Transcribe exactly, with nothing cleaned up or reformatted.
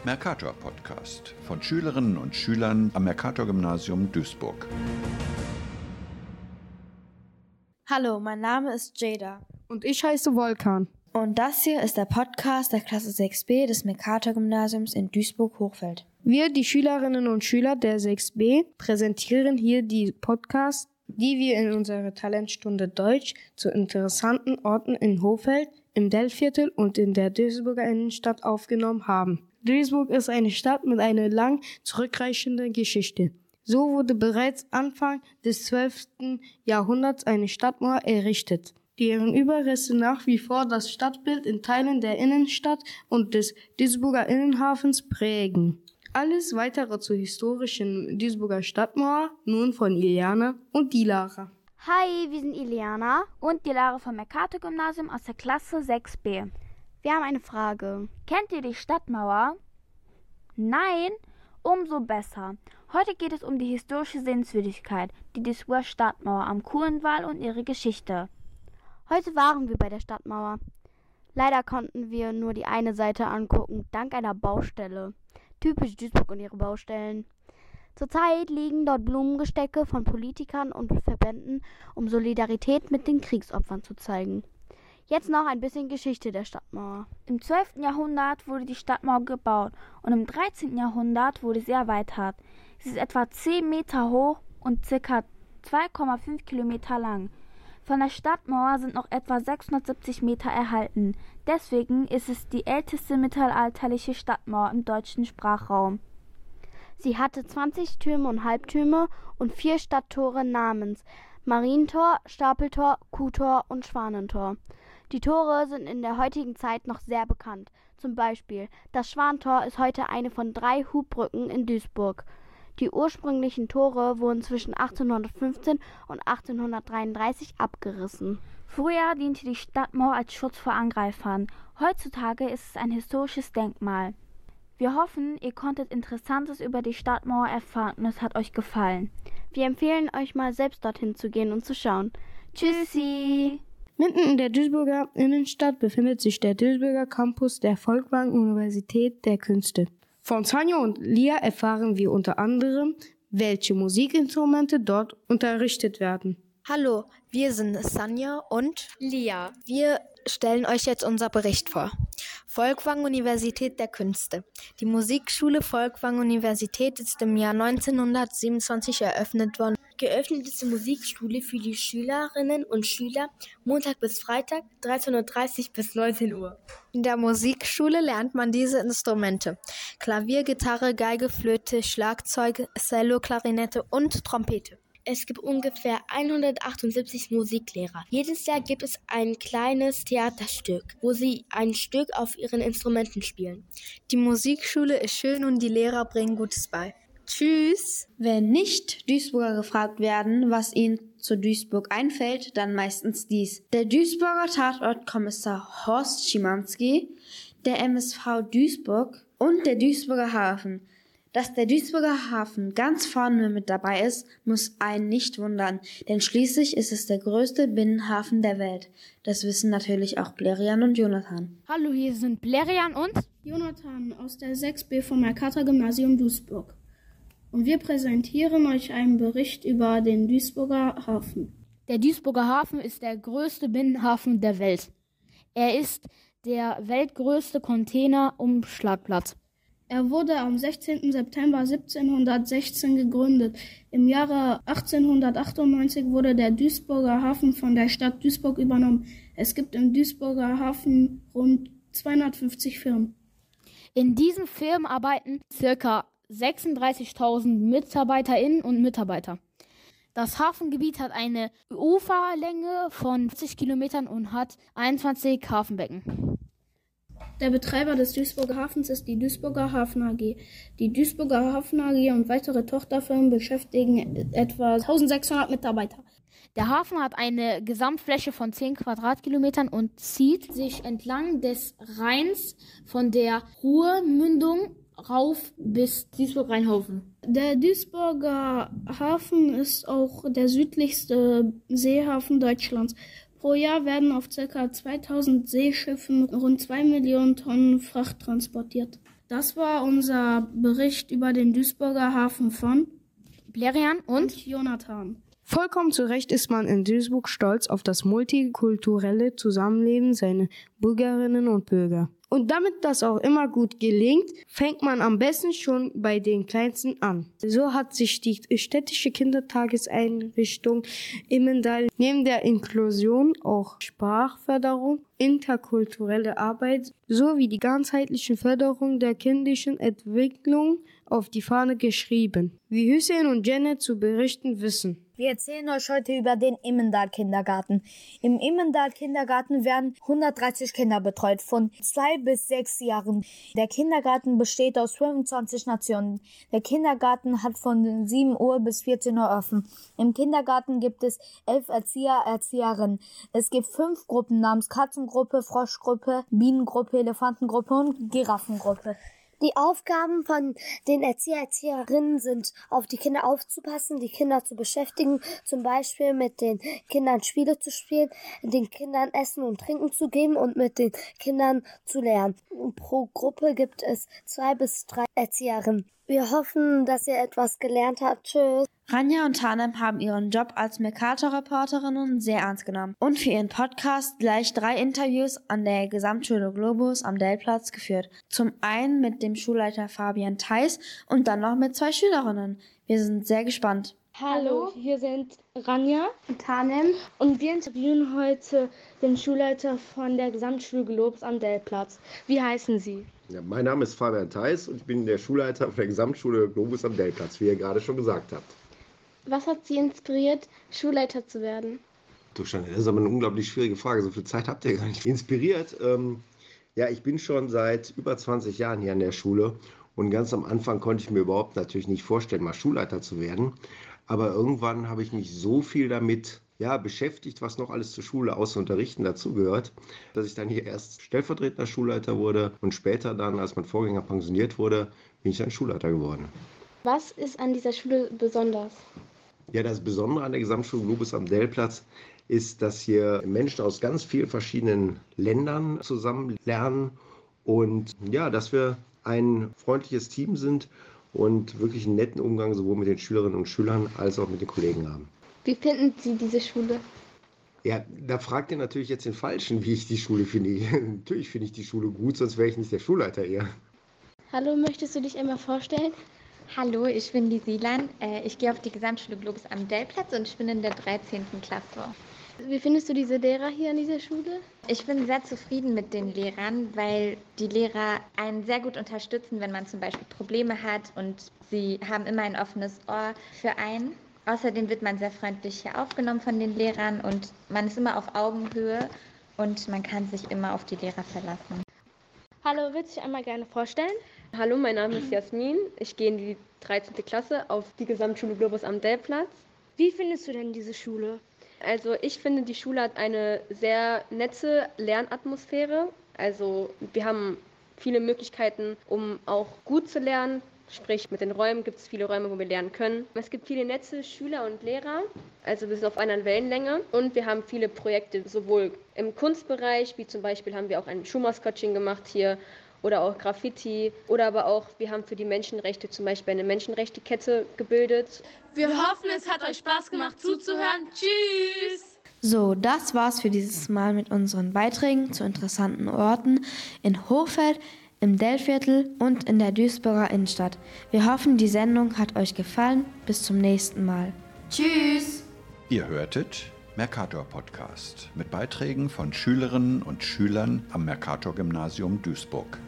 Mercator Podcast von Schülerinnen und Schülern am Mercator Gymnasium Duisburg. Hallo, mein Name ist Jada. Und ich heiße Volkan. Und das hier ist der Podcast der Klasse sechs b des Mercator Gymnasiums in Duisburg-Hochfeld. Wir, die Schülerinnen und Schüler der sechs b, präsentieren hier die Podcasts, die wir in unserer Talentstunde Deutsch zu interessanten Orten in Hochfeld, im Dellviertel und in der Duisburger Innenstadt aufgenommen haben. Duisburg ist eine Stadt mit einer lang zurückreichenden Geschichte. So wurde bereits Anfang des zwölften Jahrhunderts eine Stadtmauer errichtet, deren Überreste nach wie vor das Stadtbild in Teilen der Innenstadt und des Duisburger Innenhafens prägen. Alles weitere zur historischen Duisburger Stadtmauer nun von Iliana und Dilara. Hi, wir sind Iliana und Dilara vom Mercator Gymnasium aus der Klasse sechs b. Wir haben eine Frage. Kennt ihr die Stadtmauer? Nein? Umso besser. Heute geht es um die historische Sehenswürdigkeit, die Duisburger Stadtmauer am Kurenwall und ihre Geschichte. Heute waren wir bei der Stadtmauer. Leider konnten wir nur die eine Seite angucken, dank einer Baustelle. Typisch Duisburg und ihre Baustellen. Zurzeit liegen dort Blumengestecke von Politikern und Verbänden, um Solidarität mit den Kriegsopfern zu zeigen. Jetzt noch ein bisschen Geschichte der Stadtmauer. Im zwölften Jahrhundert wurde die Stadtmauer gebaut und im dreizehnten Jahrhundert wurde sie erweitert. Sie ist etwa zehn Meter hoch und ca. zwei Komma fünf Kilometer lang. Von der Stadtmauer sind noch etwa sechshundertsiebzig Meter erhalten. Deswegen ist es die älteste mittelalterliche Stadtmauer im deutschen Sprachraum. Sie hatte zwanzig Türme und Halbtürme und vier Stadttore namens Marientor, Stapeltor, Kuhtor und Schwanentor. Die Tore sind in der heutigen Zeit noch sehr bekannt. Zum Beispiel, das Schwanentor ist heute eine von drei Hubbrücken in Duisburg. Die ursprünglichen Tore wurden zwischen achtzehnhundertfünfzehn und achtzehnhundertdreiunddreißig abgerissen. Früher diente die Stadtmauer als Schutz vor Angreifern. Heutzutage ist es ein historisches Denkmal. Wir hoffen, ihr konntet Interessantes über die Stadtmauer erfahren und es hat euch gefallen. Wir empfehlen euch mal selbst dorthin zu gehen und zu schauen. Tschüssi! Mitten in der Duisburger Innenstadt befindet sich der Duisburger Campus der Folkwang-Universität der Künste. Von Sanja und Lia erfahren wir unter anderem, welche Musikinstrumente dort unterrichtet werden. Hallo, wir sind Sanja und Lia. Wir stellen euch jetzt unser Bericht vor. Folkwang-Universität der Künste. Die Musikschule Folkwang-Universität ist im Jahr neunzehnhundertsiebenundzwanzig eröffnet worden. Geöffnet ist die Musikschule für die Schülerinnen und Schüler Montag bis Freitag, dreizehn Uhr dreißig bis neunzehn Uhr. In der Musikschule lernt man diese Instrumente: Klavier, Gitarre, Geige, Flöte, Schlagzeug, Cello, Klarinette und Trompete. Es gibt ungefähr hundertachtundsiebzig Musiklehrer. Jedes Jahr gibt es ein kleines Theaterstück, wo sie ein Stück auf ihren Instrumenten spielen. Die Musikschule ist schön und die Lehrer bringen Gutes bei. Tschüss! Wenn nicht Duisburger gefragt werden, was ihnen zu Duisburg einfällt, dann meistens dies: Der Duisburger Tatortkommissar Horst Schimanski, der M S V Duisburg und der Duisburger Hafen. Dass der Duisburger Hafen ganz vorne mit dabei ist, muss einen nicht wundern, denn schließlich ist es der größte Binnenhafen der Welt. Das wissen natürlich auch Blerian und Jonathan. Hallo, hier sind Blerian und Jonathan aus der sechs b vom Mercator Gymnasium Duisburg. Und wir präsentieren euch einen Bericht über den Duisburger Hafen. Der Duisburger Hafen ist der größte Binnenhafen der Welt. Er ist der weltgrößte Containerumschlagplatz. Er wurde am sechzehnten September siebzehnhundertsechzehn gegründet. Im Jahre achtzehnhundertachtundneunzig wurde der Duisburger Hafen von der Stadt Duisburg übernommen. Es gibt im Duisburger Hafen rund zweihundertfünfzig Firmen. In diesen Firmen arbeiten ca. sechsunddreißigtausend MitarbeiterInnen und Mitarbeiter. Das Hafengebiet hat eine Uferlänge von vierzig Kilometern und hat einundzwanzig Hafenbecken. Der Betreiber des Duisburger Hafens ist die Duisburger Hafen A G. Die Duisburger Hafen A G und weitere Tochterfirmen beschäftigen etwa eintausendsechshundert Mitarbeiter. Der Hafen hat eine Gesamtfläche von zehn Quadratkilometern und zieht sich entlang des Rheins von der Ruhrmündung rauf bis Duisburg-Rheinhausen. Der Duisburger Hafen ist auch der südlichste Seehafen Deutschlands. Pro Jahr werden auf ca. zweitausend Seeschiffen rund zwei Millionen Tonnen Fracht transportiert. Das war unser Bericht über den Duisburger Hafen von Blerian und, und Jonathan. Vollkommen zu Recht ist man in Duisburg stolz auf das multikulturelle Zusammenleben seiner Bürgerinnen und Bürger. Und damit das auch immer gut gelingt, fängt man am besten schon bei den Kleinsten an. So hat sich die städtische Kindertageseinrichtung Immendal neben der Inklusion auch Sprachförderung, interkulturelle Arbeit sowie die ganzheitliche Förderung der kindlichen Entwicklung auf die Fahne geschrieben, wie Hüseyin und Janet zu berichten wissen. Wir erzählen euch heute über den Immendal-Kindergarten. Im Immendal-Kindergarten werden hundertdreißig Kinder betreut, von zwei bis sechs Jahren. Der Kindergarten besteht aus fünfundzwanzig Nationen. Der Kindergarten hat von sieben Uhr bis vierzehn Uhr offen. Im Kindergarten gibt es elf Erzieher, Erzieherinnen. Es gibt fünf Gruppen namens Katzengruppe, Froschgruppe, Bienengruppe, Elefantengruppe und Giraffengruppe. Die Aufgaben von den Erzieher, Erzieherinnen sind, auf die Kinder aufzupassen, die Kinder zu beschäftigen, zum Beispiel mit den Kindern Spiele zu spielen, den Kindern Essen und Trinken zu geben und mit den Kindern zu lernen. Pro Gruppe gibt es zwei bis drei Erzieherinnen. Wir hoffen, dass ihr etwas gelernt habt. Tschüss. Rania und Tanem haben ihren Job als Mercator-Reporterinnen sehr ernst genommen und für ihren Podcast gleich drei Interviews an der Gesamtschule Globus am Dellplatz geführt. Zum einen mit dem Schulleiter Fabian Theis und dann noch mit zwei Schülerinnen. Wir sind sehr gespannt. Hallo, hier sind Rania und Tanem und wir interviewen heute den Schulleiter von der Gesamtschule Globus am Dellplatz. Wie heißen Sie? Ja, mein Name ist Fabian Theis und ich bin der Schulleiter von der Gesamtschule Globus am Dellplatz, wie ihr gerade schon gesagt habt. Was hat Sie inspiriert, Schulleiter zu werden? Du Steine, das ist aber eine unglaublich schwierige Frage. So viel Zeit habt ihr gar nicht. Inspiriert? Ähm, ja, ich bin schon seit über zwanzig Jahren hier an der Schule und ganz am Anfang konnte ich mir überhaupt natürlich nicht vorstellen, mal Schulleiter zu werden. Aber irgendwann habe ich mich so viel damit ja, beschäftigt, was noch alles zur Schule außer Unterrichten dazugehört, dass ich dann hier erst stellvertretender Schulleiter wurde und später dann, als mein Vorgänger pensioniert wurde, bin ich dann Schulleiter geworden. Was ist an dieser Schule besonders? Ja, das Besondere an der Gesamtschule Globus am Dellplatz ist, dass hier Menschen aus ganz vielen verschiedenen Ländern zusammen lernen und ja, dass wir ein freundliches Team sind und wirklich einen netten Umgang sowohl mit den Schülerinnen und Schülern als auch mit den Kollegen haben. Wie finden Sie diese Schule? Ja, da fragt ihr natürlich jetzt den Falschen, wie ich die Schule finde. Natürlich finde ich die Schule gut, sonst wäre ich nicht der Schulleiter eher. Hallo, möchtest du dich einmal vorstellen? Hallo, ich bin die Silan. Ich gehe auf die Gesamtschule Globus am Dellplatz und ich bin in der dreizehnten Klasse. Wie findest du diese Lehrer hier an dieser Schule? Ich bin sehr zufrieden mit den Lehrern, weil die Lehrer einen sehr gut unterstützen, wenn man zum Beispiel Probleme hat und sie haben immer ein offenes Ohr für einen. Außerdem wird man sehr freundlich hier aufgenommen von den Lehrern und man ist immer auf Augenhöhe und man kann sich immer auf die Lehrer verlassen. Hallo, willst du dich einmal gerne vorstellen? Hallo, mein Name ist Jasmin. Ich gehe in die dreizehnte Klasse auf die Gesamtschule Globus am Dellplatz. Wie findest du denn diese Schule? Also ich finde, die Schule hat eine sehr nette Lernatmosphäre. Also wir haben viele Möglichkeiten, um auch gut zu lernen. Sprich, mit den Räumen gibt es viele Räume, wo wir lernen können. Es gibt viele nette Schüler und Lehrer, also wir sind auf einer Wellenlänge. Und wir haben viele Projekte, sowohl im Kunstbereich, wie zum Beispiel haben wir auch ein Schuhmaskottchen gemacht hier, oder auch Graffiti, oder aber auch, wir haben für die Menschenrechte zum Beispiel eine Menschenrechte-Kette gebildet. Wir hoffen, es hat euch Spaß gemacht zuzuhören. Tschüss! So, das war's für dieses Mal mit unseren Beiträgen zu interessanten Orten in Hochfeld, im Dellviertel und in der Duisburger Innenstadt. Wir hoffen, die Sendung hat euch gefallen. Bis zum nächsten Mal. Tschüss! Ihr hörtet Mercator Podcast mit Beiträgen von Schülerinnen und Schülern am Mercator Gymnasium Duisburg.